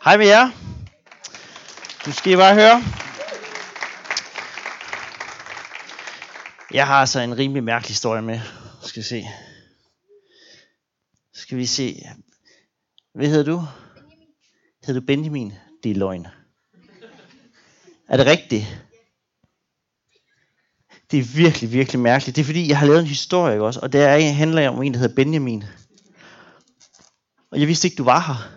Hej med jer. Nu skal I bare høre. Jeg har altså en rimelig mærkelig historie med. Skal vi se. Hvad hedder du? Benjamin. Hedder du Benjamin? Det er løgn. Er det rigtigt? Det er virkelig, virkelig mærkeligt. Det er fordi, jeg har lavet en historie, ikke også? Og det handler om en, der hedder Benjamin. Og jeg vidste ikke, du var her.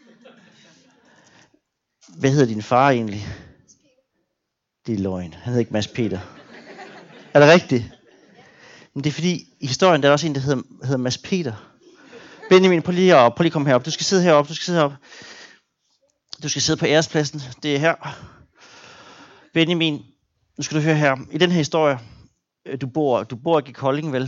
Hvad hedder din far egentlig? Det er løgn. Han hedder ikke Mads Peter. Er det rigtigt? Men det er fordi, i historien der er også en, der hedder Mads Peter. Benjamin, prøv lige at komme herop. Du skal sidde herop. Du skal sidde på ærespladsen. Det er her. Benjamin, nu skal du høre her. I den her historie, du bor ikke i Kolding, vel?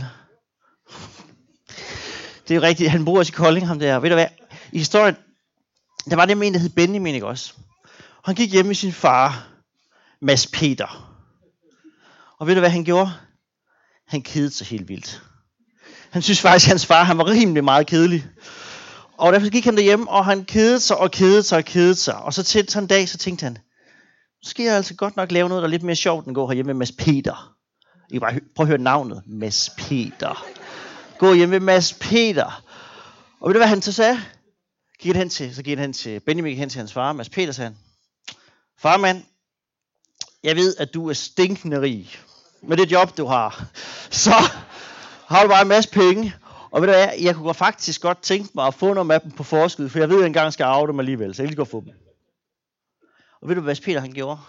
Det er jo rigtigt. Han bor også i Kolding, ham der. Ved du hvad? I historien, der var det med en, der hed Benjamin, ikke også? Han gik hjem med sin far, Mads Peter. Og ved du hvad han gjorde? Han kedede sig helt vildt. Han synes faktisk, at hans far han var rimelig meget kedelig. Og derfor gik han derhjemme, og han kedede sig. Og så til en dag, så tænkte han, nu skal jeg altså godt nok lave noget, der er lidt mere sjovt, end gå herhjemme med Mads Peter. I kan bare prøv at høre navnet. Mads Peter. Gå hjemme med Mads Peter. Og ved du hvad han så sagde? Benjamin gik hen til hans far, Mads Peter, sagde han. Farmand, jeg ved, at du er stinkende rig. Med det job, du har. Så har du bare en masse penge. Og ved du hvad, jeg kunne faktisk godt tænke mig at få nogle af dem på forskud, for jeg ved, at jeg engang skal arve dem alligevel, så jeg kan lige godt få dem. Og ved du, hvad Mads Peter han gjorde?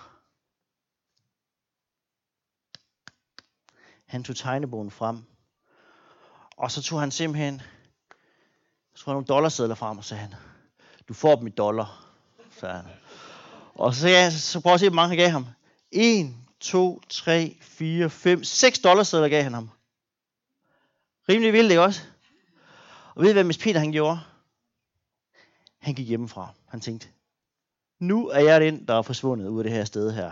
Han tog tegnebogen frem. Og så tog han simpelthen nogle dollarsedler frem, og sagde han, du får dem i dollar, sagde han. Og så prøv at se, hvor mange han gav ham. 1, 2, 3, 4, 5, 6 dollarsedler gav han ham. Rimelig vildt, ikke også? Og ved I, hvad Mads Peter han gjorde? Han gik hjemmefra. Han tænkte, nu er jeg den, der er forsvundet ud af det her sted her.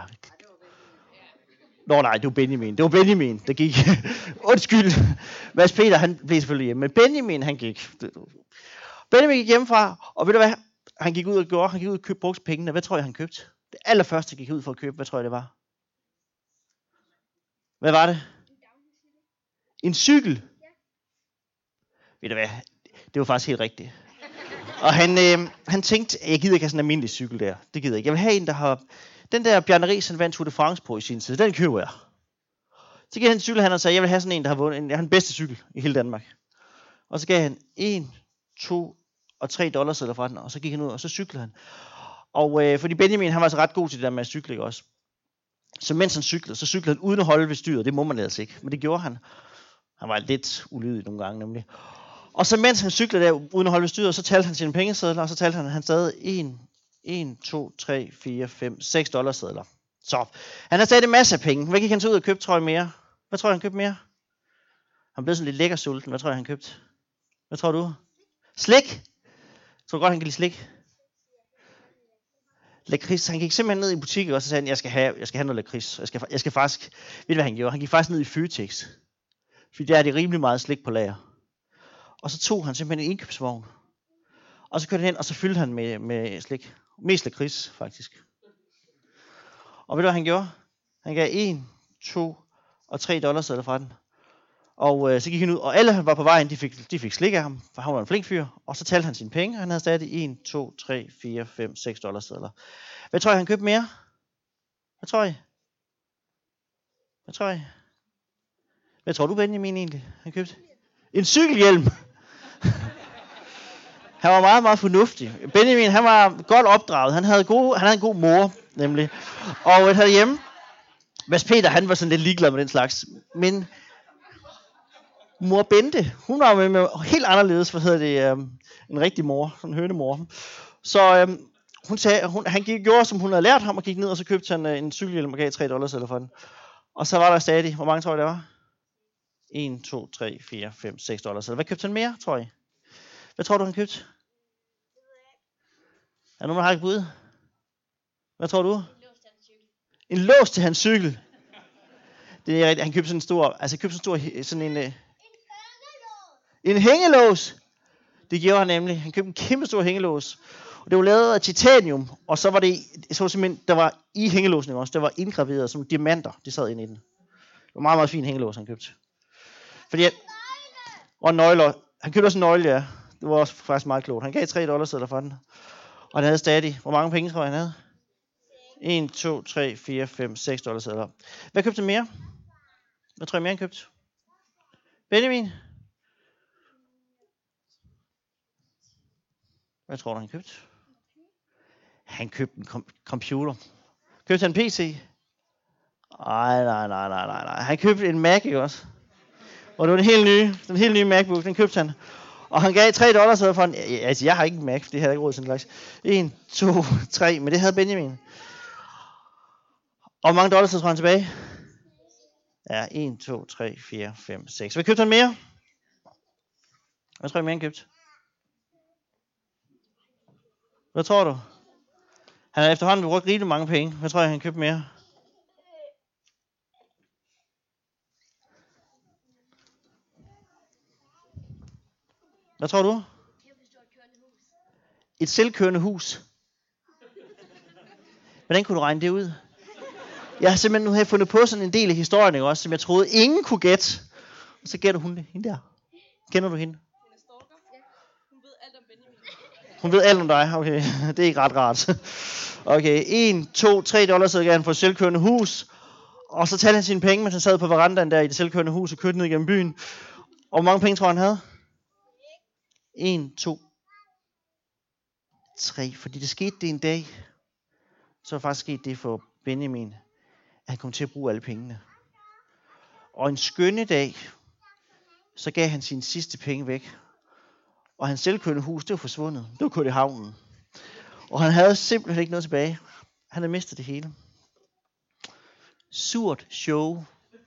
Nå nej, det var Benjamin, der gik. Undskyld. Mads Peter, han blev selvfølgelig hjemme. Men Benjamin, han gik. Benjamin gik hjemmefra, og ved du hvad? Han gik ud og brugte pengene. Hvad tror jeg, han købte? Det allerførste, han gik ud for at købe, hvad tror jeg, det var? Hvad var det? En cykel. Ved du hvad? Det var faktisk helt rigtigt. Og han tænkte, jeg gider ikke have sådan en almindelig cykel der. Det gider jeg ikke. Jeg vil have en, der har... Den der Bjarne Riis, han vandt Tour de France på i sin tid. Den køber jeg. Så gav han en cykel, han og sagde, jeg vil have sådan en, der har vundet. Jeg har den bedste cykel i hele Danmark. Og så gav han 1, 2 og 3 dollarsedler fra den. Og så gik han ud, og så cyklede han. Og fordi Benjamin, han var altså ret god til det der med at cykle, ikke også? Så mens han cyklede, så cyklede han uden at holde ved styret. Det må man ellers ikke. Men det gjorde han. Han var lidt ulydig nogle gange nemlig. Og så mens han cyklede der uden at holde ved styret, så talte han sine pengesedler, og så talte han stadig 1, 2, 3, 4, 5, 6 dollarsedler. Så han har stadig en masse af penge. Hvad gik han så ud og købte, tror jeg, mere? Hvad tror jeg, han købte mere? Han blev sådan lidt lækker sulten. Hvad tror jeg, han købte? Hvad tror du? Slik? Jeg tror godt, han kan lide slik. Lakrids. Han gik simpelthen ned i butikken, og så sagde han, jeg skal have noget lakrids. Jeg skal faktisk, ved du hvad han gjorde? Han gik faktisk ned i Føtex. Fordi der er det rimelig meget slik på lager. Og så tog han simpelthen en indkøbsvogn. Og så kørte han hen, og så fyldte han med slik. Mest lakrids, faktisk. Og ved du, hvad han gjorde? Han gav 1, 2 og 3 dollarsedler fra den. Og så gik han ud, og alle han var på vejen, de fik slik af ham, for han var en flink fyr. Og så talte han sine penge, og han havde stadig 1, 2, 3, 4, 5, 6 dollarsedler. Hvad tror jeg, han købte mere? Hvad tror I? Hvad tror du, Benjamin, egentlig, han købte? En cykelhjelm! Han var meget, meget fornuftig. Benjamin, han var godt opdraget. Han havde en god mor, nemlig. Og herhjemme, Mads Peter, han var sådan lidt ligeglad med den slags. Men mor Bente, hun var med helt anderledes, en rigtig mor, sådan en hønemor. Så hun sagde, han gjorde, som hun havde lært ham, og gik ned, og så købte han en cykelhjelm og gav 3 dollarsedler for den. Og så var der stadig, hvor mange tror jeg det var? 1, 2, 3, 4, 5, 6 dollarsedler. Hvad købte han mere, tror jeg? Hvad tror du, han købte? Er der nogen, der har et bud? Hvad tror du? En lås til hans cykel. Det er rigtigt. Han købte sådan en hængelås. Det gjorde han nemlig. Han købte en kæmpe stor hængelås. Og det var lavet af titanium, og så var det, så simpelthen, der var i hængelåsen også, der var indgraveret som diamanter, de sad inde i den. Det var meget, meget fin hængelås, han købte. Fordi og nøgler. Han købte også en nøgle, ja. Det var også faktisk meget klogt. Han gav $3 for den. Og han havde stadig, hvor mange penge tror jeg, han havde? 1, 2, 3, 4, 5, $6. Hvad købte han mere? Hvad tror jeg mere, han købte? Benjamin? Hvad tror du, han købte? Han købte en computer. Købte han en PC? Nej. Han købte en Mac, ikke også? Og det var den helt nye MacBook, den købte han. Og han gav $3 for den. Altså, jeg har ikke en Mac, for det havde jeg ikke råd til en slags. 1, 2, 3, men det havde Benjamin. Og hvor mange dollars tror han tilbage? Ja, 1, 2, 3, 4, 5, 6. Hvad købte han mere? Hvad tror jeg mere, han købte? Hvad tror du? Han har efterhånden brugt rigtig mange penge. Hvad tror jeg, han købte mere? Hvad tror du? Et selvkørende hus. Hvordan kunne du regne det ud? Jeg har simpelthen nu har fundet på sådan en del af historien, ikke også, som jeg troede ingen kunne gætte. Og så gætter hun det. Hende der. Kender du hende? Hun ved alt om Benjamin. Hun ved alt om dig. Okay, det er ikke ret rart. Okay, 1, 2, $3 så gav han for et selvkørende hus. Og så talte han sine penge, mens han sad på verandaen der i det selvkørende hus og kørte ned igennem byen. Og hvor mange penge tror han havde? 1, 2, 3. Fordi det skete det en dag. Så var faktisk sket det for Benjamin, at han kom til at bruge alle pengene. Og en skønne dag, så gav han sine sidste penge væk. Og hans selvkørende hus, det var forsvundet. Det var kørt i havnen. Og han havde simpelthen ikke noget tilbage. Han havde mistet det hele. Surt show.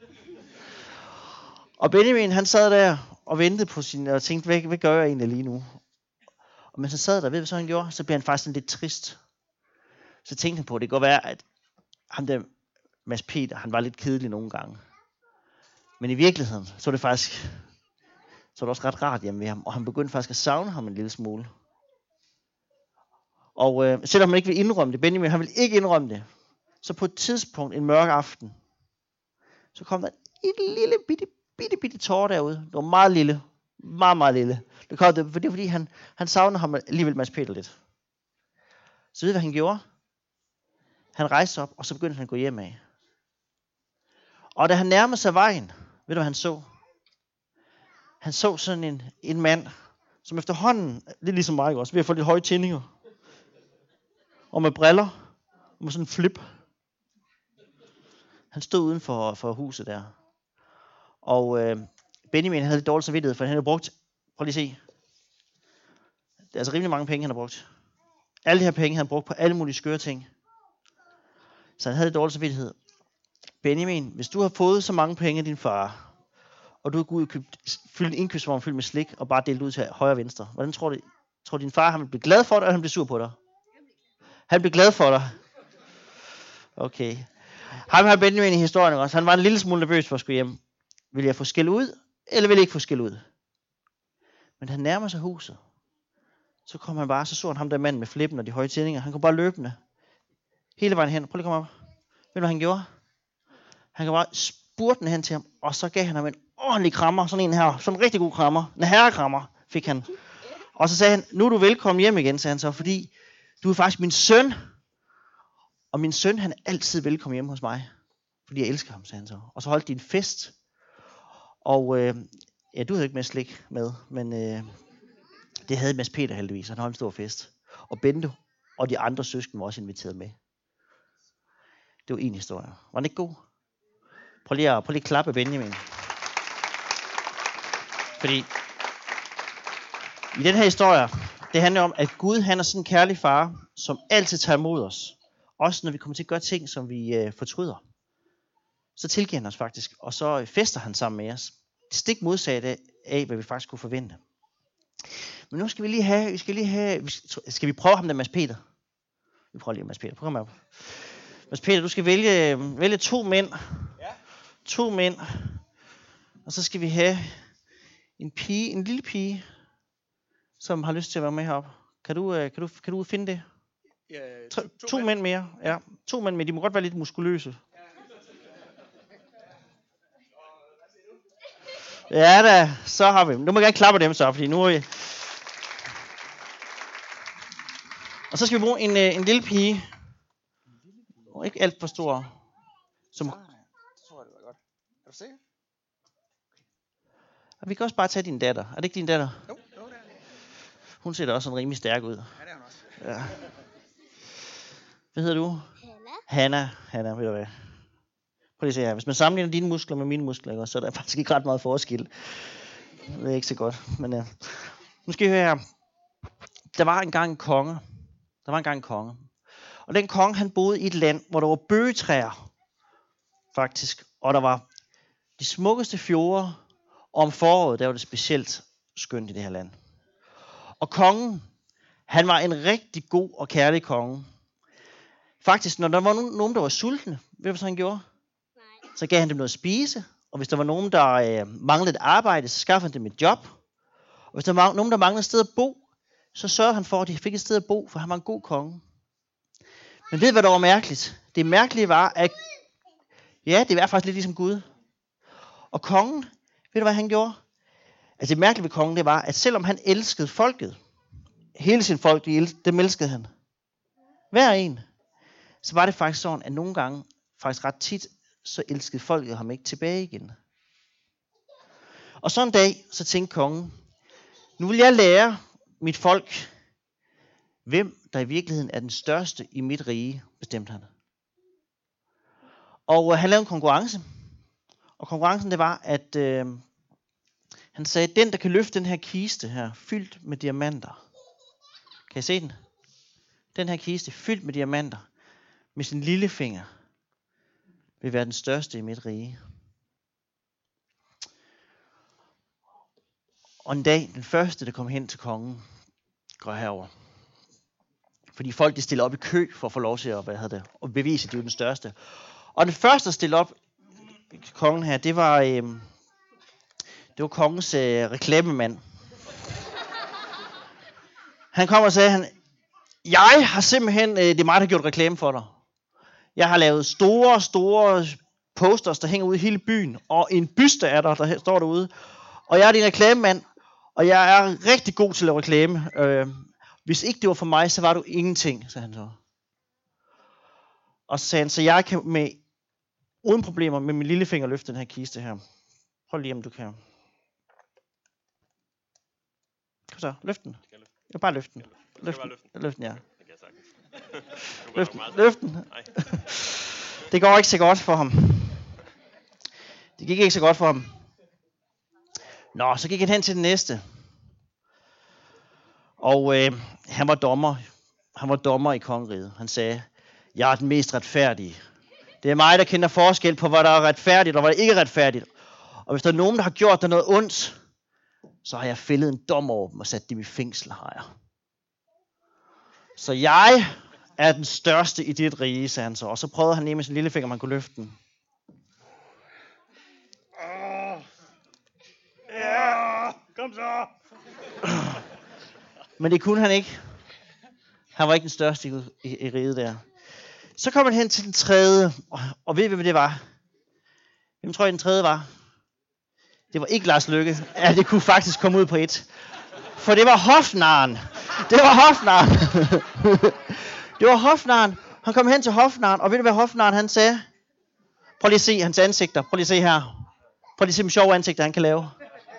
Og Benjamin, han sad der og ventede på og tænkte, hvad gør jeg egentlig lige nu? Og mens han sad der, ved du hvad så han gjorde? Så blev han faktisk lidt trist. Så tænkte han på, at det kan godt være, at ham der Mads Peter, han var lidt kedelig nogle gange. Men i virkeligheden, så var det faktisk, så var det også ret rart hjemme ved ham. Og han begyndte faktisk at savne ham en lille smule. Og selvom han ikke vil indrømme det, Benjamin, han vil ikke indrømme det. Så på et tidspunkt, en mørk aften, så kom der et lille bitte tårer derude. Det var meget lille. Meget lille. Det kom det, fordi han savnede ham alligevel Mads Peter lidt. Så ved du, hvad han gjorde? Han rejste op, og så begyndte han at gå hjem af. Og da han nærmede sig vejen, ved du, hvad han så? Han så sådan en mand, som efterhånden, lidt ligesom mig også, ved at få lidt høje tændinger. Og med briller, og med sådan en flip. Han stod uden for huset der. Og Benjamin havde lidt dårlig samvittighed, for han havde brugt, prøv lige at se. Det er altså rimelig mange penge, han har brugt. Alle de her penge, han brugt på alle mulige skøre ting. Så han havde lidt dårlig samvittighed. Benjamin, hvis du har fået så mange penge af din far, og du har gået og fyldt en indkøbsvogn fyldt med slik, og bare delt ud til højre og venstre, hvordan tror du din far, han vil blive glad for dig, eller han bliver sur på dig? Han bliver glad for dig. Okay. Ham her Benjamin i historien også, han var en lille smule nervøs for at skulle hjem. Vil jeg få skæld ud, eller vil jeg ikke få skæld ud? Men han nærmer sig huset. Så kom han bare, så så han ham der mand med flippen og de høje tændinger. Han kom bare løbende. Hele vejen hen. Prøv lige at komme op. Ved du, hvad han gjorde? Han kom bare spurtende hen til ham, og så gav han ham en ordentlig krammer. Sådan en her. Sådan en rigtig god krammer. En herrekrammer fik han. Og så sagde han, nu er du velkommen hjem igen, sagde han så, fordi du er faktisk min søn. Og min søn, han er altid velkommen hjemme hos mig. Fordi jeg elsker ham, sagde han så. Og så holdt de en fest. Og ja, du havde ikke med slik med, men det havde Mads Peter heldigvis. Han holdt en stor fest. Og Bente og de andre søskende var også inviteret med. Det var en historie. Var den ikke god? Prøv lige at klappe Benjamin. Fordi i den her historie, det handler om, at Gud, han er sådan en kærlig far, som altid tager imod os. Også når vi kommer til at gøre ting, som vi fortryder. Så tilgiver han os faktisk, og så fester han sammen med os. Stik modsat af, hvad vi faktisk kunne forvente. Men nu skal vi skal vi prøve ham der Mads Peter? Vi prøver lige Mads Peter, prøv op. Mads Peter, du skal vælge 2 mænd. Ja. 2 mænd. Og så skal vi have en lille pige, som har lyst til at være med heroppe. Kan du finde det? Ja, To mænd mere. Ja, 2 mænd mere. De må godt være lidt muskuløse. Ja da, så har vi dem. Nu må jeg gerne klappe dem så, fordi nu er vi... Og så skal vi bruge en lille pige. Og ikke alt for stor. Som... Det tror jeg, det var godt. Kan du se? Og vi kan også bare tage din datter. Er det ikke din datter? Jo, det er det. Hun ser da også sådan rimelig stærk ud. Ja, det er hun også. Ja. Hvad hedder du? Hanna, ved du hvad? Prøv lige at se her. Hvis man sammenligner dine muskler med mine muskler, så er der faktisk ikke ret meget forskel. Det er ikke så godt. Men nu skal I høre her. Der var engang en konge. Og den konge, han boede i et land, hvor der var bøgetræer. Faktisk. Og der var de smukkeste fjorde. Og om foråret, der var det specielt skønt i det her land. Og kongen, han var en rigtig god og kærlig konge. Faktisk, når der var nogen, der var sultne, ved du, hvad han gjorde? Nej. Så gav han dem noget at spise. Og hvis der var nogen, der manglede et arbejde, så skaffede han dem et job. Og hvis der var nogen, der manglede et sted at bo, så sørgede han for, at de fik et sted at bo, for han var en god konge. Men ved du, hvad der var mærkeligt? Det mærkelige var, at... Ja, det var faktisk lidt ligesom Gud. Og kongen, ved du, hvad han gjorde? Altså det mærkelige ved kongen, det var, at selvom han elskede folket, hele sin folk, dem elskede han. Hver en. Så var det faktisk sådan, at nogle gange, faktisk ret tit, så elskede folket ham ikke tilbage igen. Og så en dag, så tænkte kongen, nu vil jeg lære mit folk, hvem der i virkeligheden er den største i mit rige, bestemte han. Og han lavede en konkurrence. Og konkurrencen, det var, at han sagde, den der kan løfte den her kiste her, fyldt med diamanter. Kan I se den? Den her kiste, fyldt med diamanter, med sin lille finger, vil være den største i mit rige. Og en dag, den første, der kom hen til kongen, går herover. Fordi folk, de stiller op i kø for at få lov til at bevise, at de er den største. Og den første, der stillede op kongen her, det var kongens reklamemand. Han kom og sagde, jeg har simpelthen, det er mig, der har gjort reklame for dig. Jeg har lavet store posters, der hænger ude i hele byen, og en byste af dig, der står derude. Og jeg er din reklamemand, og jeg er rigtig god til at lave reklame. Hvis ikke det var for mig, så var du ingenting, sagde han så. Og så sagde han, så jeg kan uden problemer med min lillefinger løfte den her kiste her. Prøv lige, om du kan. Kom så, løft den. Jeg bare løft den. Løft den, ja. Løft den. Det går ikke så godt for ham. Det gik ikke så godt for ham. Nå, så gik han hen til den næste. Og han var dommer. Han var dommer i kongeriget. Han sagde, jeg er den mest retfærdige. Det er mig, der kender forskel på, hvad der er retfærdigt og hvad der ikke er retfærdigt. Og hvis der er nogen, der har gjort dig noget ondt, så har jeg fældet en dom over dem og sat dem i fængsel, har jeg. Så jeg er den største i dit rige, sagde han så. Og så prøvede han lige med sin lillefinger, om han kunne løfte den. Ja, kom så! Men det kunne han ikke. Han var ikke den største i riget der. Så kom han hen til den tredje, og ved I, hvad det var? Hvem tror I, den tredje var? Det var ikke Lars Løkke. Ja, det kunne faktisk komme ud på et. For det var hofnaren. Det var hofnaren. Han kom hen til hofnaren, og ved du, hvad hofnaren han sagde? Prøv lige at se hans ansigter. Prøv lige at se her. Prøv lige at se de sjove ansigter, han kan lave.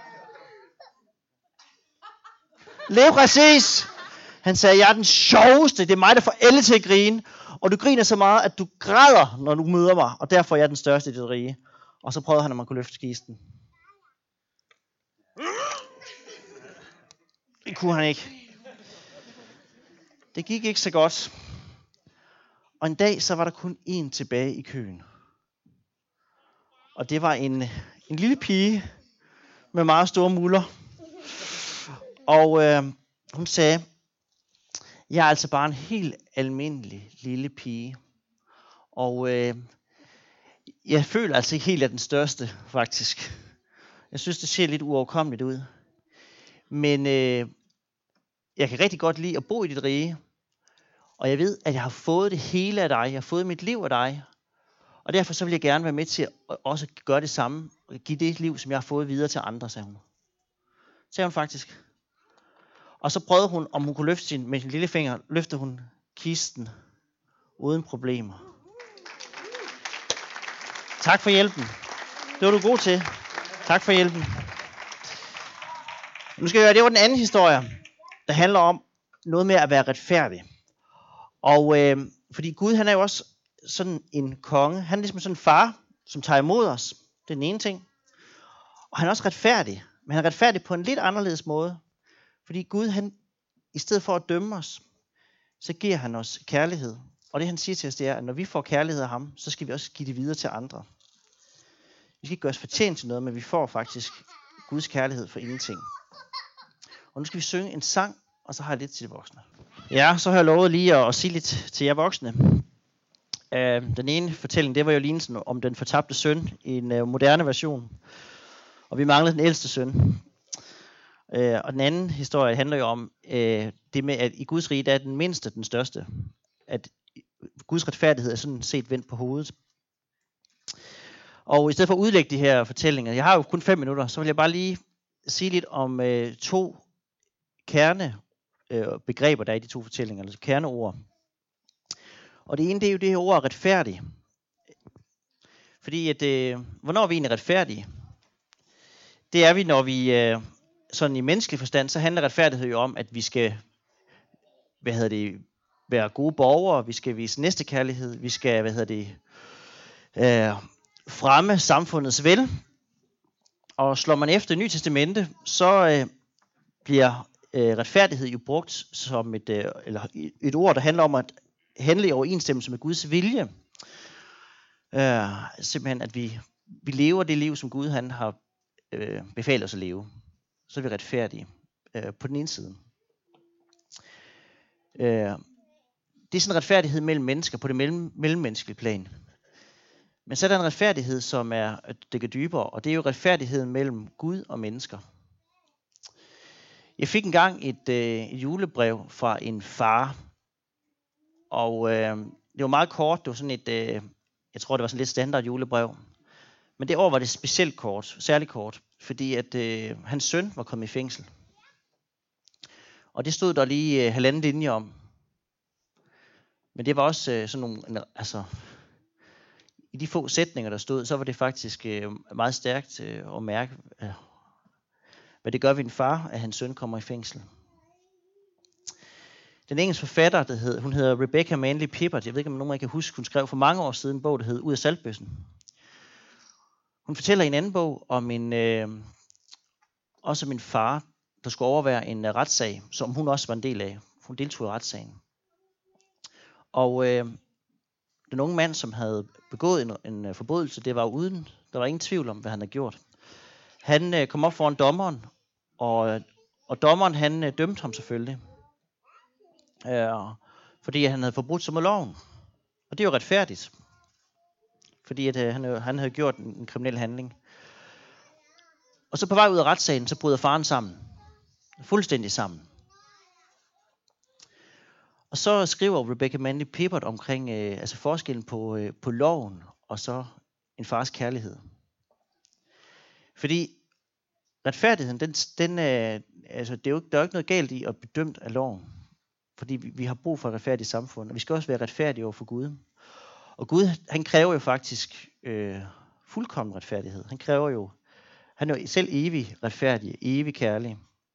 Lige præcis. Han sagde, jeg er den sjoveste. Det er mig, der får alle til at grine. Og du griner så meget, at du græder, når du møder mig. Og derfor er jeg den største i dit rige. Og så prøvede han, om man kunne løfte kisten. Det kunne han ikke. Det gik ikke så godt. Og en dag, så var der kun én tilbage i køen. Og det var en lille pige med meget store muller. Og hun sagde, jeg er altså bare en helt almindelig lille pige. Og jeg føler altså ikke helt, at den største, faktisk. Jeg synes, det ser lidt uoverkommeligt ud. Men jeg kan rigtig godt lide at bo i dit rige, og jeg ved, at jeg har fået det hele af dig, jeg har fået mit liv af dig, og derfor så vil jeg gerne være med til at også gøre det samme, og give det liv, som jeg har fået videre til andre, sagde hun. Sagde hun faktisk. Og så prøvede hun, om hun kunne løfte med sin lille finger, løftede hun kisten uden problemer. Tak for hjælpen. Det var du god til. Tak for hjælpen. Nu skal jeg høre, det var den anden historie, der handler om noget med at være retfærdig. Og fordi Gud, han er jo også sådan en konge. Han er ligesom sådan en far, som tager imod os. Det er den ene ting. Og han er også retfærdig. Men han er retfærdig på en lidt anderledes måde. Fordi Gud, han i stedet for at dømme os, så giver han os kærlighed. Og det han siger til os, det er, at når vi får kærlighed af ham, så skal vi også give det videre til andre. Vi skal ikke gøre os fortjent til noget, men vi får faktisk Guds kærlighed for ingenting. Og nu skal vi synge en sang, og så har jeg lidt til de voksne. Ja, så har jeg lovet lige at sige lidt til jer voksne. Den ene fortælling, det var jo lignelsen om den fortabte søn i en moderne version. Og vi manglede den ældste søn. Og den anden historie handler jo om det med, at i Guds rige, der er den mindste den største. At Guds retfærdighed er sådan set vendt på hovedet. Og i stedet for at udlægge de her fortællinger, jeg har jo kun 5 minutter, så vil jeg bare lige sige lidt om 2 begreber, der er i de 2 fortællinger, altså kerneord. Og det ene, det er jo det her ord retfærdig. Fordi at, hvornår er vi egentlig retfærdige? Det er vi, når vi, sådan i menneskelig forstand, så handler retfærdighed jo om, at vi skal, være gode borgere, vi skal vise næstekærlighed, vi skal, fremme samfundets vel. Og slår man efter Nye Testamente, så bliver retfærdighed jo brugt som et ord, der handler om at handle i overensstemmelse med Guds vilje. Simpelthen, at vi lever det liv, som Gud han har befalet os at leve. Så er vi retfærdige på den ene side. Det er sådan en retfærdighed mellem mennesker på det mellemmenneskelige plan. Men så er der en retfærdighed, som det går dybere, og det er jo retfærdigheden mellem Gud og mennesker. Jeg fik engang et julebrev fra en far, og det var meget kort. Det var sådan jeg tror det var sådan lidt standard julebrev. Men det år var det specielt kort, særligt kort, fordi at hans søn var kommet i fængsel. Og det stod der lige 1,5 linje om. Men det var også sådan nogle, i de få sætninger, der stod, så var det faktisk meget stærkt at mærke, hvad det gør ved en far, at hans søn kommer i fængsel. Den engelske forfatter, hun hedder Rebecca Manley Pippert, jeg ved ikke, om nogen af jer kan huske, hun skrev for mange år siden en bog, der hed Ud af saltbøssen. Hun fortæller i en anden bog om også min far, der skulle overvære en retssag, som hun også var en del af. Hun deltog i retssagen. Og den unge mand, som havde begået en forbrydelse, der var ingen tvivl om, hvad han havde gjort. Han kom op foran dommeren, og dommeren han dømte ham selvfølgelig. Fordi han havde forbrudt sig mod loven. Og det er jo retfærdigt. Fordi at, han havde gjort en kriminel handling. Og så på vej ud af retssagen, så bryder faren sammen. Fuldstændig sammen. Og så skriver Rebecca Manley Pippert omkring forskellen på loven og så en fars kærlighed. Fordi retfærdigheden, der er jo ikke noget galt i at blive dømt af loven. Fordi vi har brug for et retfærdigt samfund, og vi skal også være retfærdige over for Gud. Og Gud, han kræver jo faktisk fuldkommen retfærdighed. Han er jo selv evig retfærdig, evig kærlig.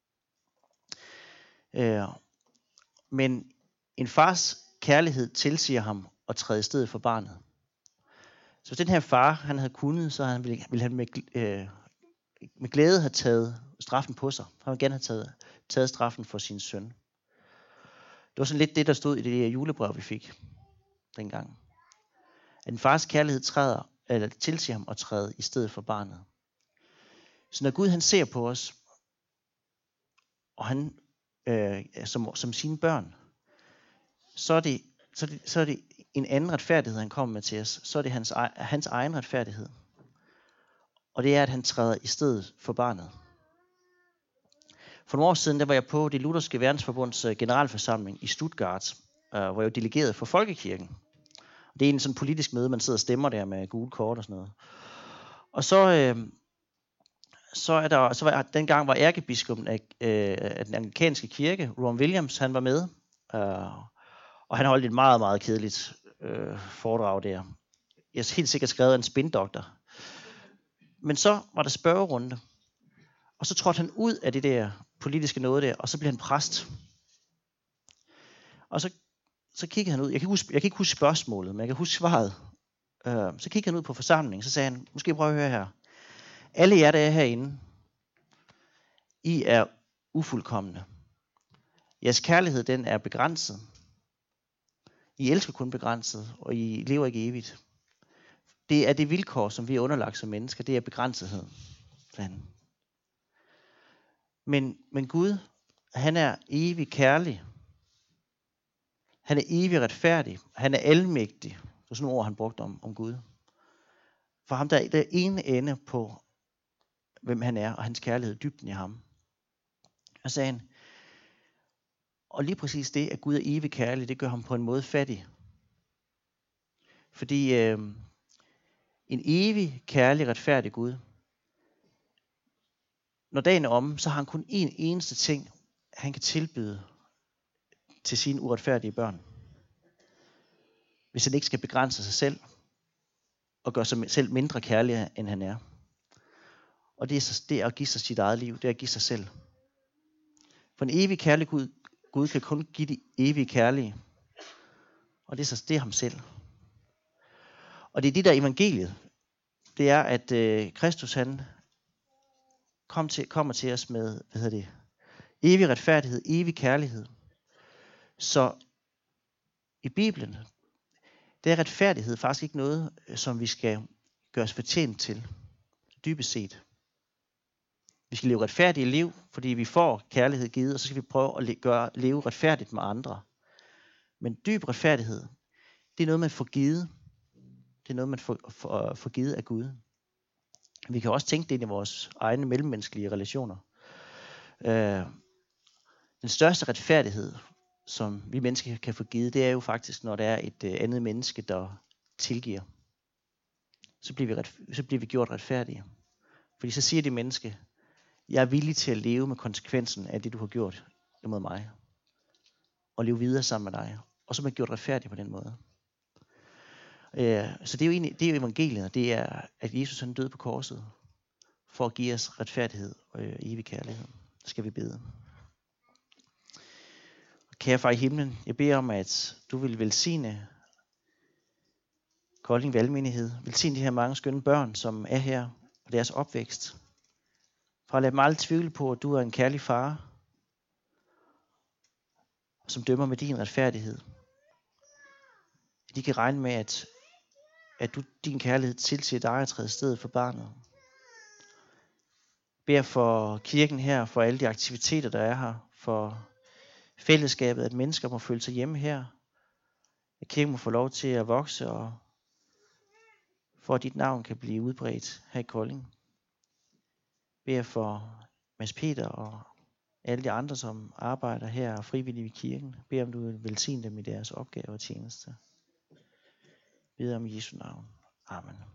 Men en fars kærlighed tilsiger ham at træde i stedet for barnet. Så hvis den her far, han havde kunnet, så ville han med glæde have taget straffen på sig. Han ville gerne have taget straffen for sin søn. Det var sådan lidt det, der stod i det julebrev, vi fik dengang. At en fars kærlighed tilsiger ham at træde i stedet for barnet. Så når Gud han ser på os, og han som sine børn, så er det en anden retfærdighed, han kommer med til os. Så er det hans egen retfærdighed. Og det er, at han træder i stedet for barnet. For nogle år siden, der var jeg på det lutherske verdensforbunds generalforsamling i Stuttgart, hvor jeg var delegeret for Folkekirken. Det er en sådan politisk møde, man sidder og stemmer der med gule kort og sådan noget. Og så var dengang var ærkebiskoppen af den anglikanske kirke, Rowan Williams, han var med. Og han holdt et meget, meget kedeligt foredrag der. Jeg er helt sikkert skrevet af en spindoktor. Men så var der spørgerunde. Og så trådte han ud af det der politiske noget der, og så blev han præst. Og så kiggede han ud. Jeg kan ikke huske spørgsmålet, men jeg kan huske svaret. Så kiggede han ud på forsamlingen, så sagde han, måske prøve at høre her. Alle jer, der er herinde, I er ufuldkomne. Jeres kærlighed, den er begrænset. I elsker kun begrænset, og I lever ikke evigt. Det er det vilkår, som vi er underlagt som mennesker, det er begrænsethed. Men Gud, han er evig kærlig. Han er evig retfærdig. Han er almægtig. Det er sådan nogle ord, han brugte om Gud. For ham, der er ene ende på, hvem han er, og hans kærlighed, dybden i ham. Og sagde han, og lige præcis det, at Gud er evig kærlig, det gør ham på en måde fattig. Fordi en evig, kærlig, retfærdig Gud, når dagen er omme, så har han kun én eneste ting, han kan tilbyde til sine uretfærdige børn. Hvis han ikke skal begrænse sig selv, og gøre sig selv mindre kærlig, end han er. Og det er at give sig sit eget liv, det er at give sig selv. For en evig kærlig Gud kan kun give de evige kærlige. Og det er ham selv. Og det er det der evangeliet. Det er, at Kristus han kommer til os med, evig retfærdighed, evig kærlighed. Så i Bibelen, det er retfærdighed faktisk ikke noget, som vi skal gøre os fortjent til, dybest set. Vi skal leve retfærdige liv, fordi vi får kærlighed givet, og så skal vi prøve at leve retfærdigt med andre. Men dyb retfærdighed, det er noget, man får givet. Det er noget, man får givet af Gud. Vi kan også tænke det ind i vores egne mellemmenneskelige relationer. Den største retfærdighed, som vi mennesker kan få givet, det er jo faktisk, når der er et andet menneske, der tilgiver. Så bliver vi gjort retfærdige. Fordi så siger det menneske, jeg er villig til at leve med konsekvensen af det, du har gjort imod mig. Og leve videre sammen med dig. Og så er man gjort retfærdig på den måde. Så det er jo evangeliet. Det er, at Jesus han døde på korset. For at give os retfærdighed og evig kærlighed. Så skal vi bede. Kære far i himlen, jeg beder om, at du vil velsigne Kolding Valgmenighed. Velsigne de her mange skønne børn, som er her, og deres opvækst. For at lade dem aldrig tvivle på, at du er en kærlig far, som dømmer med din retfærdighed. De kan regne med, at du din kærlighed tilsiger dig at træde sted for barnet. Beder for kirken her, for alle de aktiviteter, der er her, for fællesskabet, at mennesker må føle sig hjemme her, at kirken må få lov til at vokse, og for at dit navn kan blive udbredt her i Kolding. Beder for Mads Peter og alle de andre, som arbejder her og frivillige i kirken. Beder om du vil velsigne dem i deres opgave og tjeneste. Beder om Jesu navn. Amen.